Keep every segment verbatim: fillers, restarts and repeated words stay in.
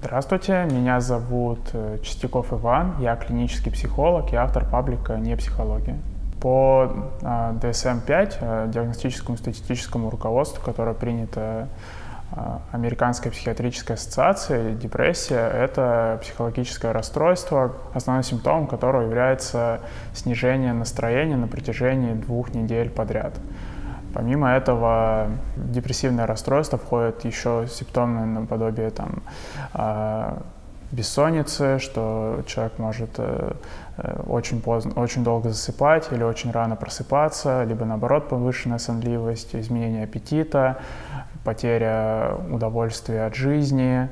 Здравствуйте, меня зовут Чистяков Иван, я клинический психолог и автор паблика «Не психология». По ди эс эм пять, диагностическому статистическому руководству, которое принято Американской психиатрической ассоциацией, депрессия — это психологическое расстройство, основным симптомом которого является снижение настроения на протяжении двух недель подряд. Помимо этого, в депрессивное расстройство входят еще симптомы наподобие там, бессонницы, что человек может очень поздно, очень долго засыпать или очень рано просыпаться, либо наоборот повышенная сонливость, изменение аппетита, потеря удовольствия от жизни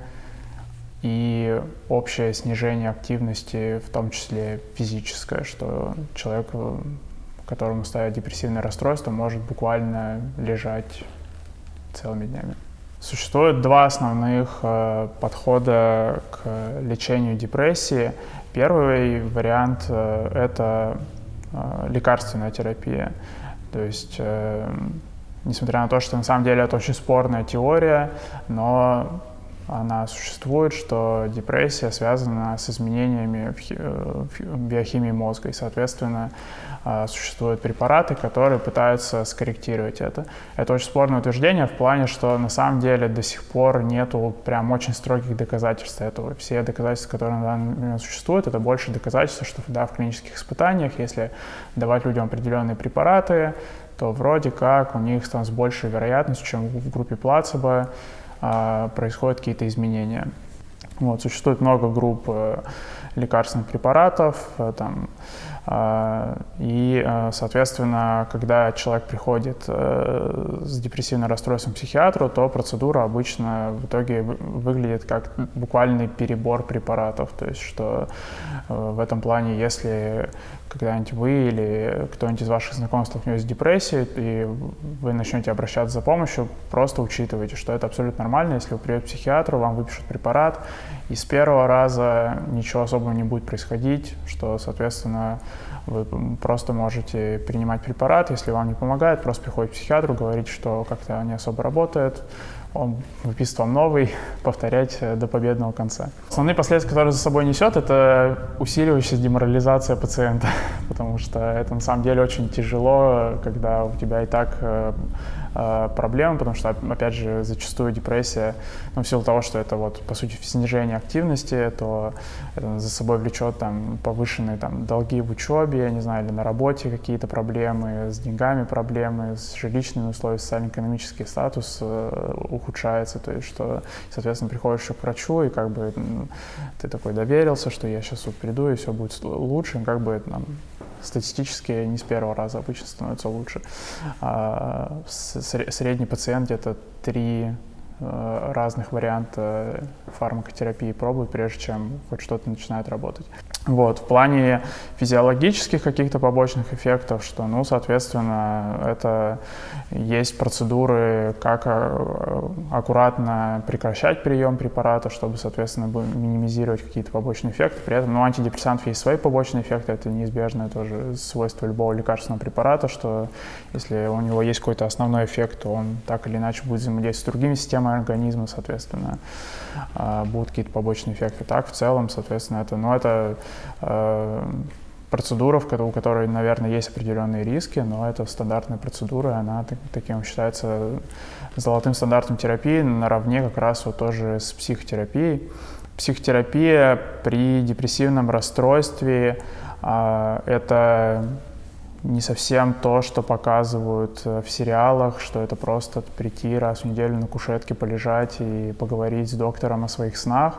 и общее снижение активности, в том числе физическое, что человек, которому ставят депрессивное расстройство, может буквально лежать целыми днями. Существует два основных э, подхода к лечению депрессии. Первый вариант э, — это э, лекарственная терапия. То есть, э, несмотря на то, что на самом деле это очень спорная теория, но она существует, что депрессия связана с изменениями в биохимии мозга, и, соответственно, существуют препараты, которые пытаются скорректировать это. Это очень спорное утверждение в плане, что на самом деле до сих пор нету прям очень строгих доказательств этого. Все доказательства, которые на данный момент существуют, это больше доказательства, что да, в клинических испытаниях, если давать людям определенные препараты, то вроде как у них там с большей вероятностью, чем в группе плацебо, происходят какие-то изменения. Вот, существует много групп э, лекарственных препаратов, э, там, э, и, э, соответственно, когда человек приходит э, с депрессивным расстройством к психиатру, то процедура обычно в итоге выглядит как буквальный перебор препаратов. То есть, что э, в этом плане, если когда-нибудь вы или кто-нибудь из ваших знакомых столкнется с депрессией, и вы начнете обращаться за помощью, просто учитывайте, что это абсолютно нормально. Если вы придете к психиатру, вам выпишут препарат, и с первого раза ничего особого не будет происходить, что, соответственно, вы просто можете принимать препарат. Если вам не помогает, просто приходите к психиатру, говорите, что как-то не особо работает, он выписывает вам новый, повторять до победного конца. Основные последствия, которые за собой несет, это усиливающаяся деморализация пациента, потому что это на самом деле очень тяжело, когда у тебя и так э, э, проблемы, потому что, опять же, зачастую депрессия, ну, в силу того, что это вот, по сути, снижение активности, то это за собой влечет там повышенные там долги в учебе, я не знаю, или на работе какие-то проблемы, с деньгами проблемы, с жилищными условиями, социально-экономический статус э, ухудшается, то есть что, соответственно, приходишь еще к врачу, и как бы ты такой доверился, что я сейчас вот приду, и все будет лучше, и как бы там, статистически не с первого раза обычно становится лучше. А средний пациент где-то три разных варианта фармакотерапии пробует, прежде чем хоть что-то начинает работать. Вот. В плане физиологических каких-то побочных эффектов, что, ну, соответственно, это есть процедуры, как аккуратно прекращать прием препарата, чтобы, соответственно, минимизировать какие-то побочные эффекты. При этом, ну, у антидепрессантов есть свои побочные эффекты, это неизбежное тоже свойство любого лекарственного препарата, что если у него есть какой-то основной эффект, то он так или иначе будет взаимодействовать с другими системами организма, соответственно, будут какие-то побочные эффекты. Так, в целом, соответственно, это, ну, это э, процедура, у которой, наверное, есть определенные риски, но это стандартная процедура, она таким считается золотым стандартом терапии, наравне как раз вот тоже с психотерапией. Психотерапия при депрессивном расстройстве э, это не совсем то, что показывают в сериалах, что это просто прийти раз в неделю на кушетке, полежать и поговорить с доктором о своих снах.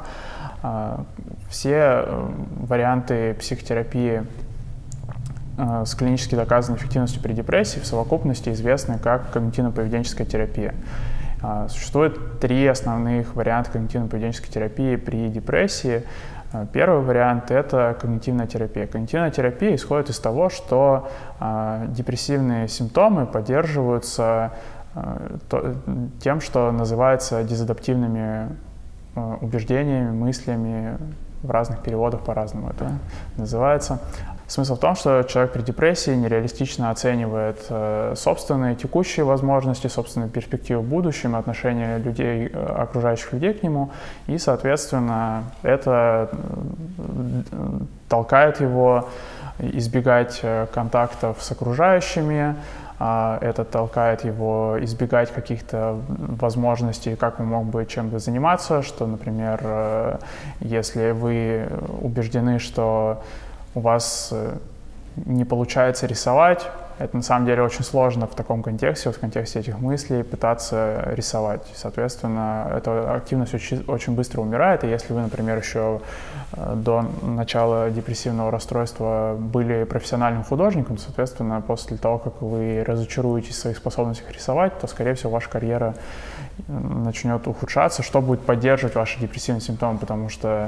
Все варианты психотерапии с клинически доказанной эффективностью при депрессии в совокупности известны как когнитивно-поведенческая терапия. Существует три основных варианта когнитивно-поведенческой терапии при депрессии. Первый вариант — это когнитивная терапия. Когнитивная терапия исходит из того, что э, депрессивные симптомы поддерживаются э, то, тем, что называется дезадаптивными э, убеждениями, мыслями, в разных переводах по-разному это называется. Смысл в том, что человек при депрессии нереалистично оценивает э, собственные текущие возможности, собственные перспективы в будущем, отношения людей, окружающих людей к нему, и, соответственно, это толкает его избегать контактов с окружающими, это толкает его избегать каких-то возможностей, как он мог бы чем-то заниматься, что, например, если вы убеждены, что у вас не получается рисовать, это на самом деле очень сложно в таком контексте, в контексте этих мыслей пытаться рисовать. Соответственно, эта активность очень, очень быстро умирает, и если вы, например, еще до начала депрессивного расстройства были профессиональным художником, соответственно, после того, как вы разочаруетесь в своих способностях рисовать, то, скорее всего, ваша карьера начнет ухудшаться, что будет поддерживать ваши депрессивные симптомы, потому что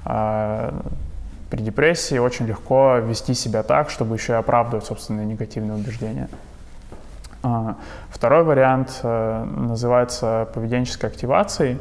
при депрессии очень легко вести себя так, чтобы еще и оправдывать собственные негативные убеждения. Второй вариант называется поведенческой активацией,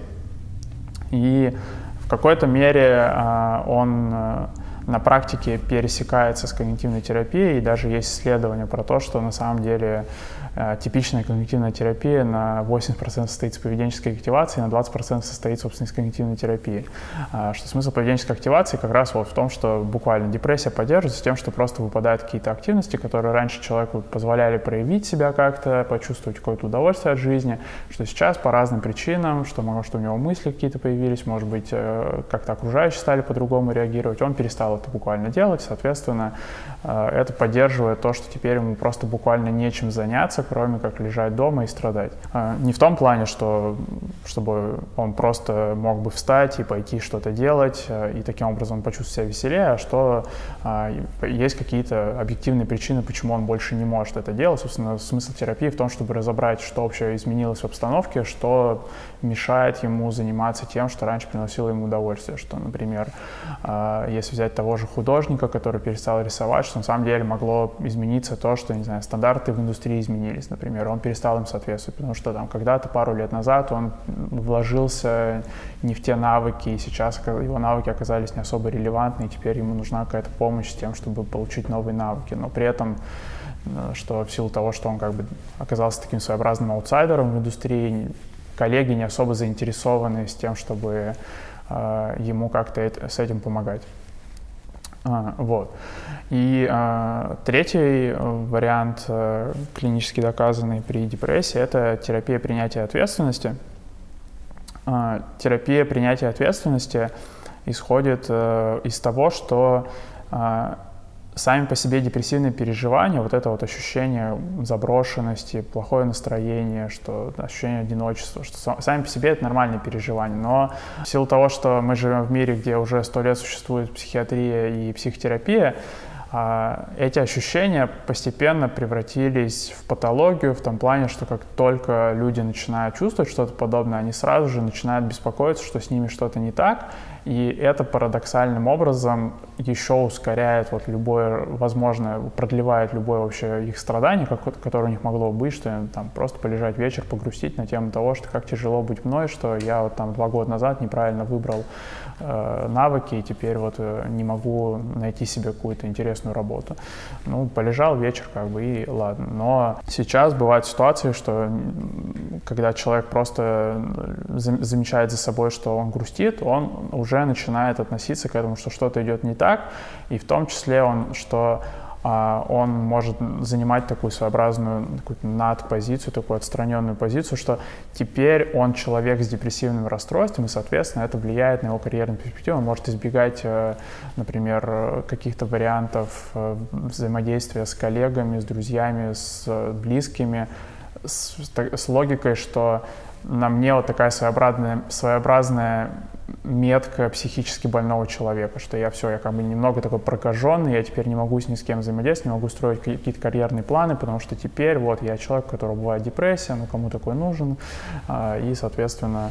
и в какой-то мере он на практике пересекается с когнитивной терапией, и даже есть исследования про то, что на самом деле типичная когнитивная терапия на восемьдесят процентов состоит из поведенческой активации, на двадцать процентов состоит, собственно, из когнитивной терапии. Что смысл поведенческой активации как раз вот в том, что буквально депрессия поддерживается тем, что просто выпадают какие-то активности, которые раньше человеку позволяли проявить себя как-то, почувствовать какое-то удовольствие от жизни, что сейчас по разным причинам, что, может, что у него мысли какие-то появились, может быть, как-то окружающие стали по-другому реагировать, он перестал это буквально делать, соответственно, это поддерживает то, что теперь ему просто буквально нечем заняться, кроме как лежать дома и страдать. Не в том плане, что чтобы он просто мог бы встать и пойти что-то делать, и таким образом почувствовать себя веселее, а что есть какие-то объективные причины, почему он больше не может это делать. Собственно, смысл терапии в том, чтобы разобрать, что вообще изменилось в обстановке, что мешает ему заниматься тем, что раньше приносило ему удовольствие. Что, например, если взять того же художника, который перестал рисовать, что на самом деле могло измениться то, что, не знаю, стандарты в индустрии изменились. Например, он перестал им соответствовать, потому что там когда-то, пару лет назад, он вложился не в те навыки, и сейчас его навыки оказались не особо релевантны, и теперь ему нужна какая-то помощь с тем, чтобы получить новые навыки. Но при этом, что в силу того, что он как бы оказался таким своеобразным аутсайдером в индустрии, коллеги не особо заинтересованы с тем, чтобы э, ему как-то это, с этим помогать. А, вот. И а, третий вариант, а, клинически доказанный при депрессии, это терапия принятия ответственности. А, терапия принятия ответственности исходит а, из того, что а, сами по себе депрессивные переживания, вот это вот ощущение заброшенности, плохое настроение, что ощущение одиночества, что сами по себе это нормальные переживания, но в силу того, что мы живем в мире, где уже сто лет существует психиатрия и психотерапия, эти ощущения постепенно превратились в патологию в том плане, что как только люди начинают чувствовать что-то подобное, они сразу же начинают беспокоиться, что с ними что-то не так, и это парадоксальным образом еще ускоряет вот любое возможное, продлевает любое вообще их страдание, которое у них могло быть, что им там просто полежать вечер, погрустить на тему того, что как тяжело быть мной, что я вот там два года назад неправильно выбрал э, навыки, и теперь вот э, не могу найти себе какую-то интересную работу. Ну, полежал вечер, как бы, и ладно. Но сейчас бывают ситуации, что когда человек просто замечает за собой, что он грустит, он уже начинает относиться к этому, что что-то идет не так, и в том числе он, что а, он может занимать такую своеобразную такую надпозицию, такую отстраненную позицию, что теперь он человек с депрессивным расстройством, и, соответственно, это влияет на его карьерную перспективу. Он может избегать, например, каких-то вариантов взаимодействия с коллегами, с друзьями, с близкими, с, с логикой, что на мне вот такая своеобразная, своеобразная метка психически больного человека, что я все, я как бы немного такой прокаженный, я теперь не могу с ни с кем взаимодействовать, не могу строить какие-то карьерные планы, потому что теперь вот я человек, у которого бывает депрессия, ну кому такой нужен, и, соответственно,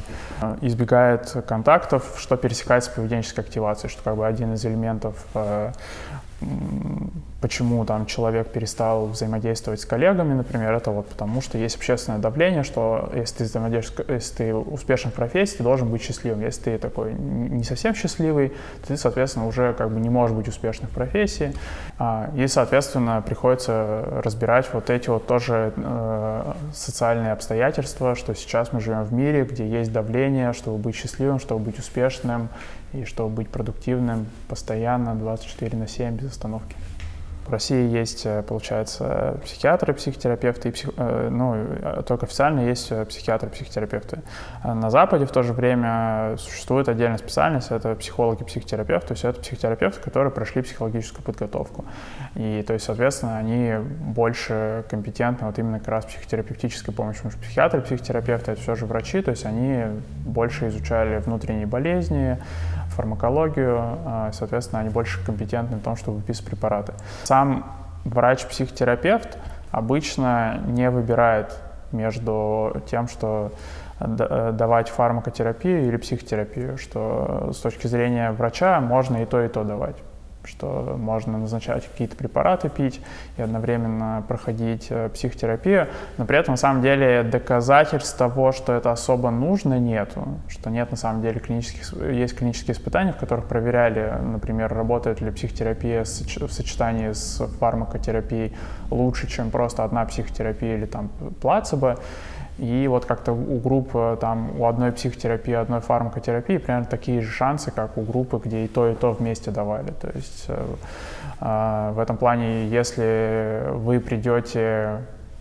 избегает контактов, что пересекается с поведенческой активацией, что как бы один из элементов почему там человек перестал взаимодействовать с коллегами, например, это вот потому, что есть общественное давление, что если ты взаимодействуешь, если ты успешен в профессии, ты должен быть счастливым. Если ты такой не совсем счастливый, то ты, соответственно, уже как бы не можешь быть успешным в профессии. И, соответственно, приходится разбирать вот эти вот тоже э, социальные обстоятельства, что сейчас мы живем в мире, где есть давление, чтобы быть счастливым, чтобы быть успешным и чтобы быть продуктивным постоянно двадцать четыре на семь без остановки. В России есть, получается, психиатры, психотерапевты, и псих... ну, только официально есть психиатры, психотерапевты. На Западе в то же время существует отдельная специальность, это психологи, психотерапевты, то есть это психотерапевты, которые прошли психологическую подготовку. И, то есть, соответственно, они больше компетентны вот именно как раз психотерапевтической помощью, потому что психиатры, психотерапевты — это все же врачи, то есть они больше изучали внутренние болезни, фармакологию, соответственно, они больше компетентны в том, чтобы выписывать препараты. Сам врач-психотерапевт обычно не выбирает между тем, что давать фармакотерапию или психотерапию, что с точки зрения врача можно и то, и то давать. Что можно назначать какие-то препараты пить и одновременно проходить психотерапию, но при этом на самом деле доказательств того, что это особо нужно, нету, что нет на самом деле клинических, есть клинические испытания, в которых проверяли, например, работает ли психотерапия в сочетании с фармакотерапией лучше, чем просто одна психотерапия или там плацебо. И вот как-то у группы, там, у одной психотерапии, одной фармакотерапии примерно такие же шансы, как у группы, где и то, и то вместе давали. То есть э, э, в этом плане, если вы придете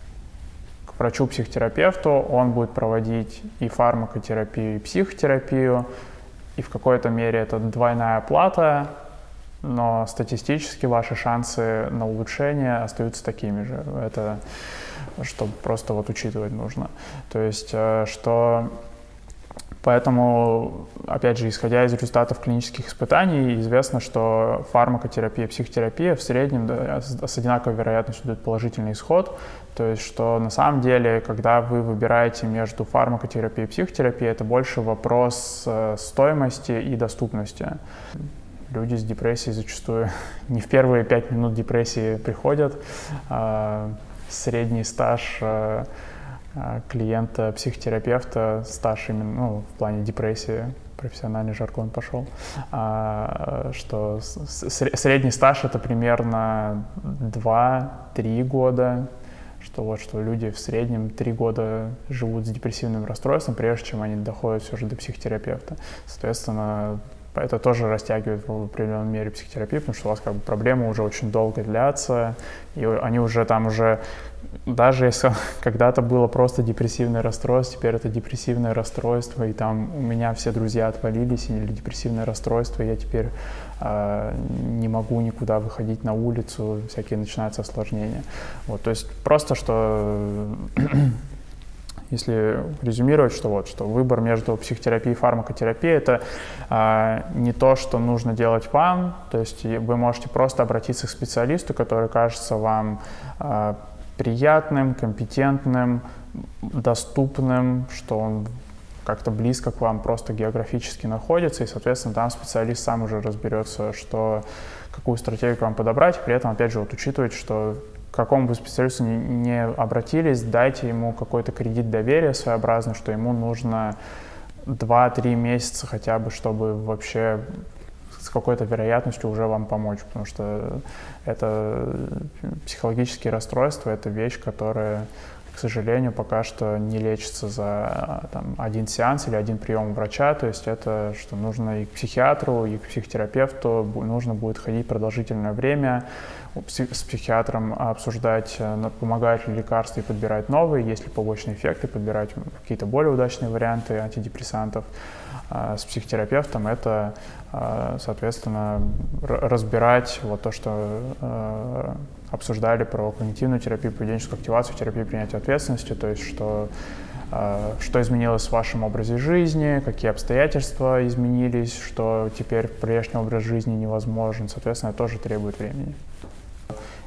к врачу-психотерапевту, он будет проводить и фармакотерапию, и психотерапию, и в какой-то мере это двойная оплата, но статистически ваши шансы на улучшение остаются такими же. Это что просто вот учитывать нужно. То есть, что поэтому, опять же, исходя из результатов клинических испытаний, известно, что фармакотерапия, психотерапия в среднем да, с одинаковой вероятностью дают положительный исход. То есть, что на самом деле, когда вы выбираете между фармакотерапией и психотерапией, это больше вопрос стоимости и доступности. Люди с депрессией зачастую не в первые пять минут депрессии приходят. Средний стаж э, клиента-психотерапевта, стаж именно ну, в плане депрессии, профессиональный жаргон пошел, а, что с, средний стаж это примерно два-три года, что вот что люди в среднем три года живут с депрессивным расстройством, прежде чем они доходят все же до психотерапевта. Соответственно, это тоже растягивает в определенной мере психотерапию, потому что у вас как бы проблемы уже очень долго длятся, и они уже там уже, даже если когда-то было просто депрессивное расстройство, теперь это депрессивное расстройство, и там у меня все друзья отвалились, или депрессивное расстройство, и я теперь э, не могу никуда выходить на улицу, всякие начинаются осложнения. Вот, то есть просто, что... Если резюмировать, что вот, что выбор между психотерапией и фармакотерапией — это а, не то, что нужно делать вам, то есть вы можете просто обратиться к специалисту, который кажется вам а, приятным, компетентным, доступным, что он как-то близко к вам просто географически находится, и, соответственно, там специалист сам уже разберется, что, какую стратегию вам подобрать, при этом, опять же, вот учитывать, что к какому бы специалисту не обратились, дайте ему какой-то кредит доверия своеобразный, что ему нужно два-три месяца хотя бы, чтобы вообще с какой-то вероятностью уже вам помочь, потому что это психологические расстройства, это вещь, которая, к сожалению, пока что не лечится за там, один сеанс или один прием у врача, то есть это, что нужно и к психиатру, и к психотерапевту, нужно будет ходить продолжительное время, с психиатром обсуждать, помогают ли лекарства и подбирать новые, есть ли побочные эффекты, подбирать какие-то более удачные варианты антидепрессантов. С психотерапевтом это, соответственно, разбирать вот то, что обсуждали про когнитивную терапию, поведенческую активацию, терапию принятия ответственности, то есть что, что изменилось в вашем образе жизни, какие обстоятельства изменились, что теперь прежний образ жизни невозможен, соответственно, это тоже требует времени.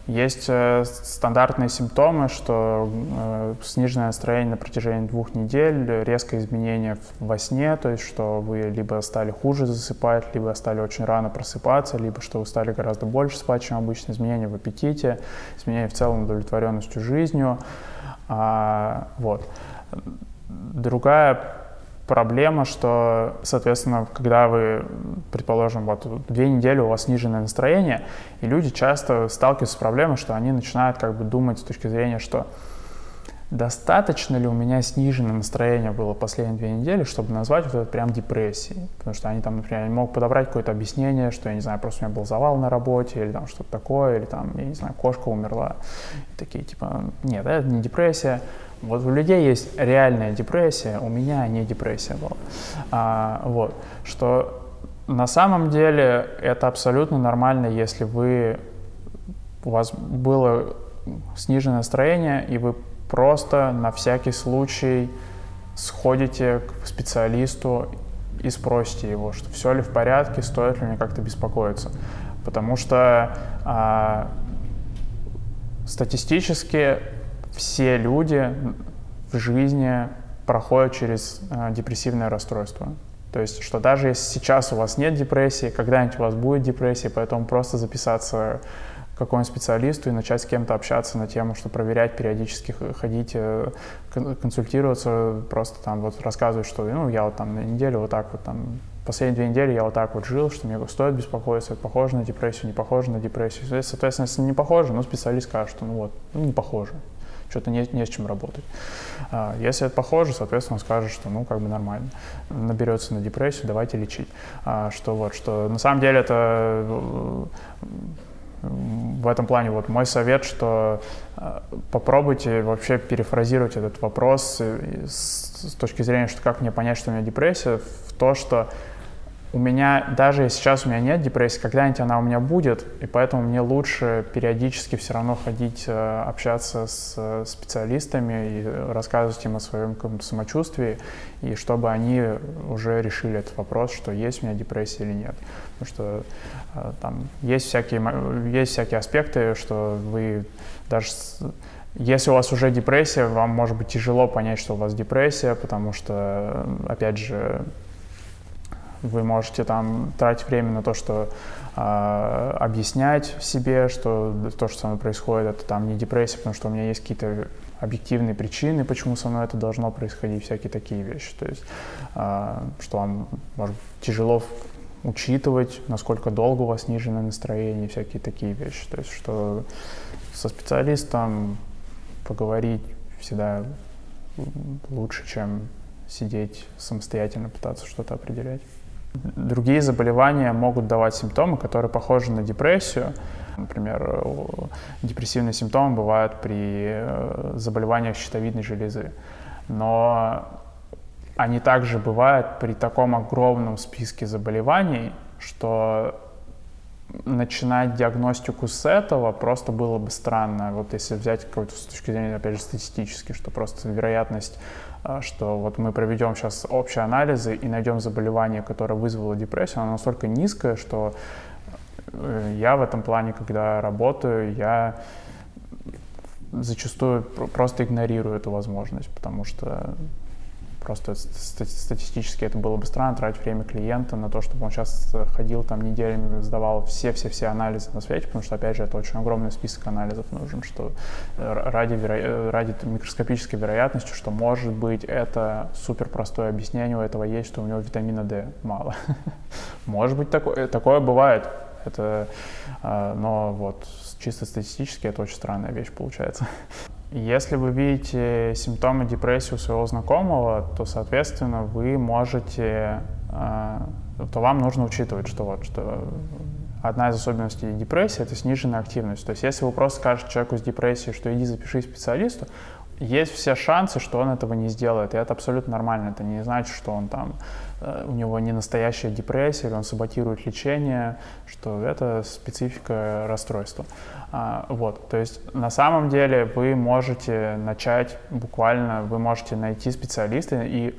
Есть э, стандартные симптомы, что э, сниженное настроение на протяжении двух недель, резкое изменение во сне, то есть что вы либо стали хуже засыпать, либо стали очень рано просыпаться, либо что вы стали гораздо больше спать, чем обычно, изменения в аппетите, изменения в целом удовлетворенностью жизнью. А, вот. Другая проблема, что, соответственно, когда вы, предположим, вот две недели у вас сниженное настроение, и люди часто сталкиваются с проблемой, что они начинают как бы думать с точки зрения, что достаточно ли у меня сниженное настроение было последние две недели, чтобы назвать вот это прям депрессией. Потому что они там, например, не могут подобрать какое-то объяснение, что, я не знаю, просто у меня был завал на работе, или там что-то такое, или там, я не знаю, кошка умерла. И такие, типа, нет, это не депрессия. Вот у людей есть реальная депрессия, у меня не депрессия была. А, вот, что на самом деле это абсолютно нормально, если вы, у вас было сниженное настроение, и вы просто на всякий случай сходите к специалисту и спросите его, что все ли в порядке, стоит ли мне как-то беспокоиться. Потому что а, статистически все люди в жизни проходят через э, депрессивное расстройство. То есть, что даже если сейчас у вас нет депрессии, когда-нибудь у вас будет депрессия, поэтому просто записаться к какому-нибудь специалисту и начать с кем-то общаться на тему, что проверять, периодически ходить, э, консультироваться, просто там вот рассказывать, что ну, я вот там на неделю вот так вот там, последние две недели я вот так вот жил, что мне стоит беспокоиться, это похоже на депрессию, не похоже на депрессию. Соответственно, если не похоже, ну, специалист скажет, что ну вот, ну, не похоже. Что-то не, не с чем работать. А, если это похоже, соответственно, он скажет, что ну как бы нормально, наберется на депрессию, давайте лечить. А, что вот, что на самом деле это в этом плане вот мой совет, что попробуйте вообще перефразировать этот вопрос с, с точки зрения, что как мне понять, что у меня депрессия, в то, что у меня, даже если сейчас у меня нет депрессии, когда-нибудь она у меня будет, и поэтому мне лучше периодически все равно ходить, общаться с специалистами и рассказывать им о своем каком-то самочувствии, и чтобы они уже решили этот вопрос, что есть у меня депрессия или нет. Потому что там есть всякие, есть всякие аспекты, что вы даже... Если у вас уже депрессия, вам может быть тяжело понять, что у вас депрессия, потому что, опять же, вы можете там тратить время на то, что э, объяснять себе, что то, что со мной происходит, это там не депрессия, потому что у меня есть какие-то объективные причины, почему со мной это должно происходить, всякие такие вещи. То есть, э, что вам может быть тяжело учитывать, насколько долго у вас сниженное настроение, всякие такие вещи. То есть, что со специалистом поговорить всегда лучше, чем сидеть самостоятельно, пытаться что-то определять. Другие заболевания могут давать симптомы, которые похожи на депрессию. Например, депрессивные симптомы бывают при заболеваниях щитовидной железы. Но они также бывают при таком огромном списке заболеваний, что начинать диагностику с этого просто было бы странно. Вот если взять какую-то с точки зрения, опять же, статистически, что просто вероятность, что вот мы проведем сейчас общие анализы и найдем заболевание, которое вызвало депрессию, она настолько низкая, что я в этом плане, когда работаю, я зачастую просто игнорирую эту возможность, потому что просто статистически это было бы странно тратить время клиента на то, чтобы он сейчас ходил там неделями, сдавал все-все-все анализы на свете, потому что, опять же, это очень огромный список анализов нужен, что ради, веро... ради микроскопической вероятности, что, может быть, это супер простое объяснение у этого есть, что у него витамина D мало. Может быть, такое, такое бывает, это, но вот чисто статистически это очень странная вещь получается. Если вы видите симптомы депрессии у своего знакомого, то, соответственно, вы можете, то вам нужно учитывать, что вот, что одна из особенностей депрессии – это сниженная активность. То есть если вы просто скажете человеку с депрессией, что иди запишись к специалисту, есть все шансы, что он этого не сделает, и это абсолютно нормально. Это не значит, что он там, у него не настоящая депрессия, или он саботирует лечение, что это специфика расстройства. А, вот, то есть на самом деле вы можете начать буквально, вы можете найти специалиста и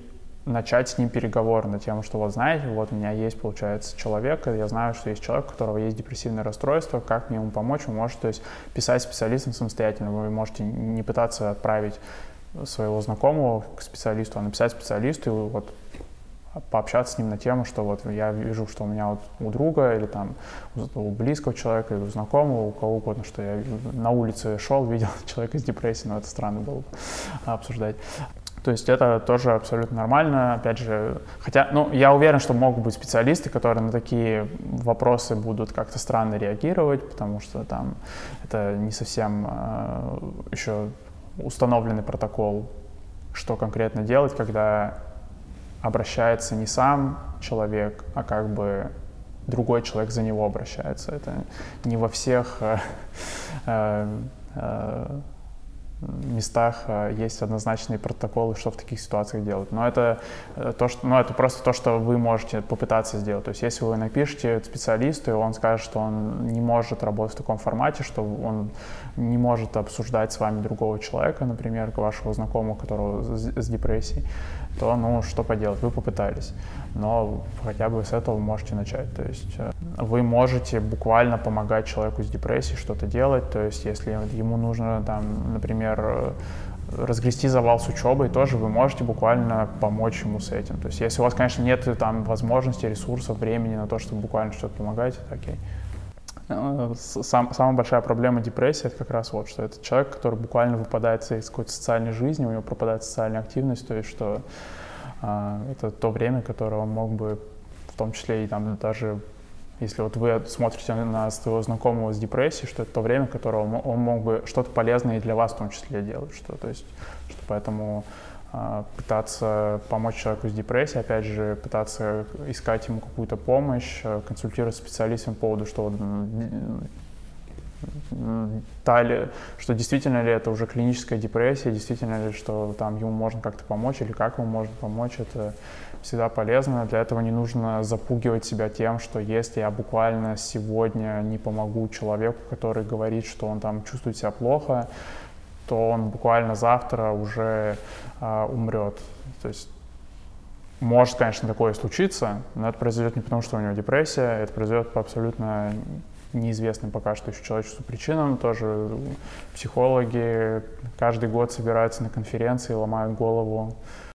начать с ним переговоры на тему, что вот знаете, вот у меня есть, получается, человек, и я знаю, что есть человек, у которого есть депрессивное расстройство, как мне ему помочь? Вы можете, то есть, писать специалистам самостоятельно, вы можете не пытаться отправить своего знакомого к специалисту, а написать специалисту и вот пообщаться с ним на тему, что вот я вижу, что у меня вот у друга или там у близкого человека или у знакомого, у кого угодно, что я на улице шел, видел человека с депрессией, но это странно было бы обсуждать. То есть это тоже абсолютно нормально, опять же, хотя, ну, я уверен, что могут быть специалисты, которые на такие вопросы будут как-то странно реагировать, потому что там это не совсем э, еще установленный протокол, что конкретно делать, когда обращается не сам человек, а как бы другой человек за него обращается. Это не во всех э, э, э, местах есть однозначные протоколы, что в таких ситуациях делать. Но это, то, что, ну, это просто то, что вы можете попытаться сделать. То есть если вы напишете специалисту, и он скажет, что он не может работать в таком формате, что он не может обсуждать с вами другого человека, например, вашего знакомого, которого с, с депрессией, то, ну, что поделать, вы попытались. Но хотя бы с этого вы можете начать. То есть вы можете буквально помогать человеку с депрессией что-то делать. То есть если ему нужно, там, например, разгрести завал с учебой, тоже вы можете буквально помочь ему с этим. То есть если у вас, конечно, нет там возможности, ресурсов, времени на то, чтобы буквально что-то помогать, это окей. Сам, самая большая проблема депрессии — это как раз вот, что это человек, который буквально выпадает из какой-то социальной жизни, у него пропадает социальная активность, то есть что а, это то время, которое он мог бы, в том числе и там даже, если вот вы смотрите на своего знакомого с депрессией, что это то время, которое он, он мог бы что-то полезное и для вас в том числе делать, что, то есть, что поэтому пытаться помочь человеку с депрессией, опять же, пытаться искать ему какую-то помощь, консультировать с специалистом по поводу, что, та ли, что действительно ли это уже клиническая депрессия, действительно ли, что там ему можно как-то помочь или как ему можно помочь, это всегда полезно. Для этого не нужно запугивать себя тем, что если я буквально сегодня не помогу человеку, который говорит, что он там чувствует себя плохо, то он буквально завтра уже э, умрет. То есть может, конечно, такое случиться, но это произойдет не потому, что у него депрессия, это произойдет по абсолютно неизвестным пока что еще человечеству причинам. Тоже психологи каждый год собираются на конференции, ломают голову